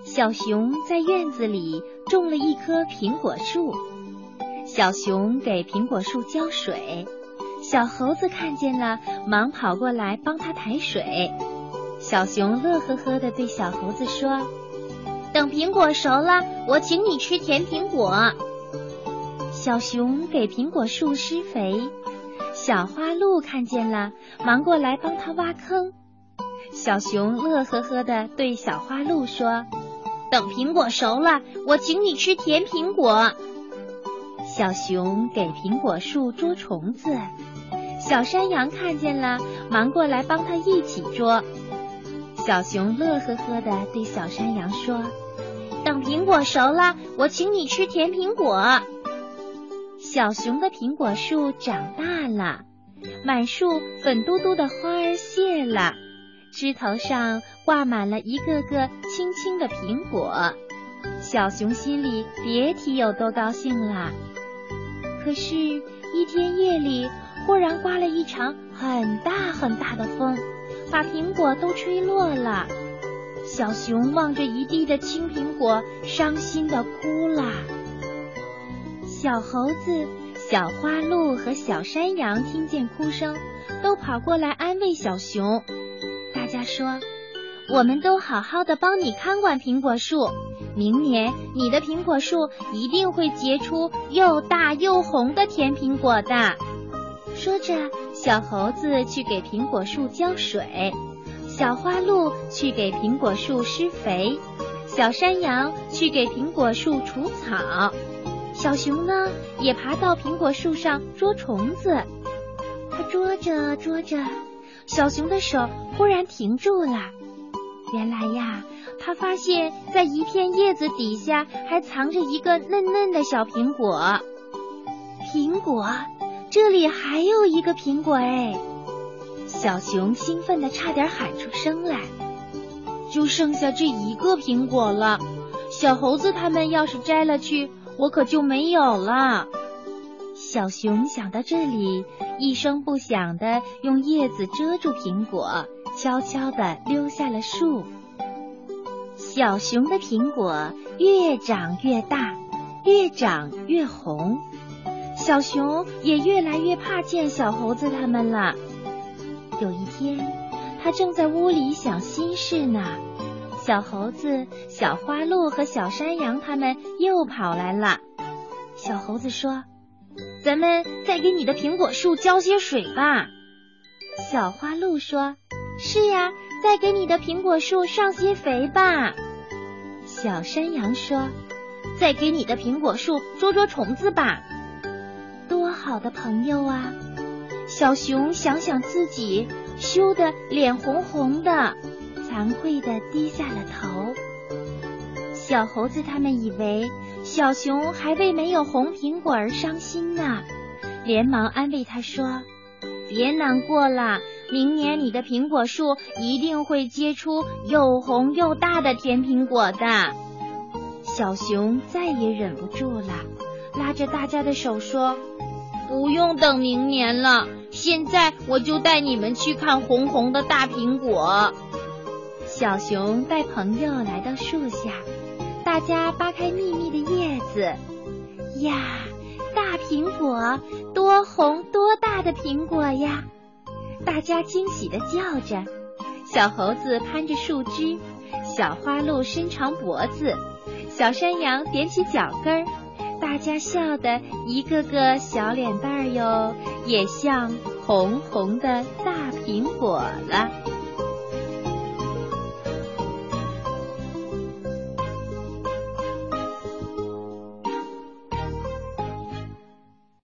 小熊在院子里种了一棵苹果树，小熊给苹果树浇水，小猴子看见了，忙跑过来帮它抬水。小熊乐呵呵地对小猴子说：等苹果熟了，我请你吃甜苹果。小熊给苹果树施肥，小花鹿看见了，忙过来帮它挖坑。小熊乐呵呵地对小花鹿说：等苹果熟了，我请你吃甜苹果。小熊给苹果树捉虫子，小山羊看见了，忙过来帮它一起捉。小熊乐呵呵地对小山羊说：等苹果熟了，我请你吃甜苹果。小熊的苹果树长大了，满树粉嘟嘟的花儿谢了，枝头上挂满了一个个青青的苹果。小熊心里别提有多高兴了。可是，一天夜里，忽然刮了一场很大很大的风，把苹果都吹落了。小熊望着一地的青苹果，伤心地哭了。小猴子、小花鹿和小山羊听见哭声，都跑过来安慰小熊。大家说：我们都好好的帮你看管苹果树，明年你的苹果树一定会结出又大又红的甜苹果的。说着，小猴子去给苹果树浇水，小花鹿去给苹果树施肥，小山羊去给苹果树除草，小熊呢也爬到苹果树上捉虫子。它捉着捉着，小熊的手忽然停住了。原来呀，他发现在一片叶子底下还藏着一个嫩嫩的小苹果。苹果，这里还有一个苹果哎！小熊兴奋地差点喊出声来。就剩下这一个苹果了，小猴子他们要是摘了去，我可就没有了。小熊想到这里，一声不响地用叶子遮住苹果，悄悄地溜下了树。小熊的苹果越长越大，越长越红，小熊也越来越怕见小猴子他们了。有一天，他正在屋里想心事呢，小猴子、小花鹿和小山羊他们又跑来了。小猴子说：咱们再给你的苹果树浇些水吧。小花鹿说：是呀，再给你的苹果树上些肥吧。小山羊说：再给你的苹果树捉捉虫子吧。多好的朋友啊！小熊想想自己，羞得脸红红的，惭愧地低下了头。小猴子他们以为小熊还为没有红苹果而伤心呢，连忙安慰他说：别难过了，明年你的苹果树一定会结出又红又大的甜苹果的。小熊再也忍不住了，拉着大家的手说：不用等明年了，现在我就带你们去看红红的大苹果。小熊带朋友来到树下，大家扒开密密的叶子，呀，大苹果，多红多大的苹果呀！大家惊喜地叫着。小猴子攀着树枝，小花鹿伸长脖子，小山羊踮起脚跟儿，大家笑得一个个小脸蛋儿哟，也像红红的大苹果了。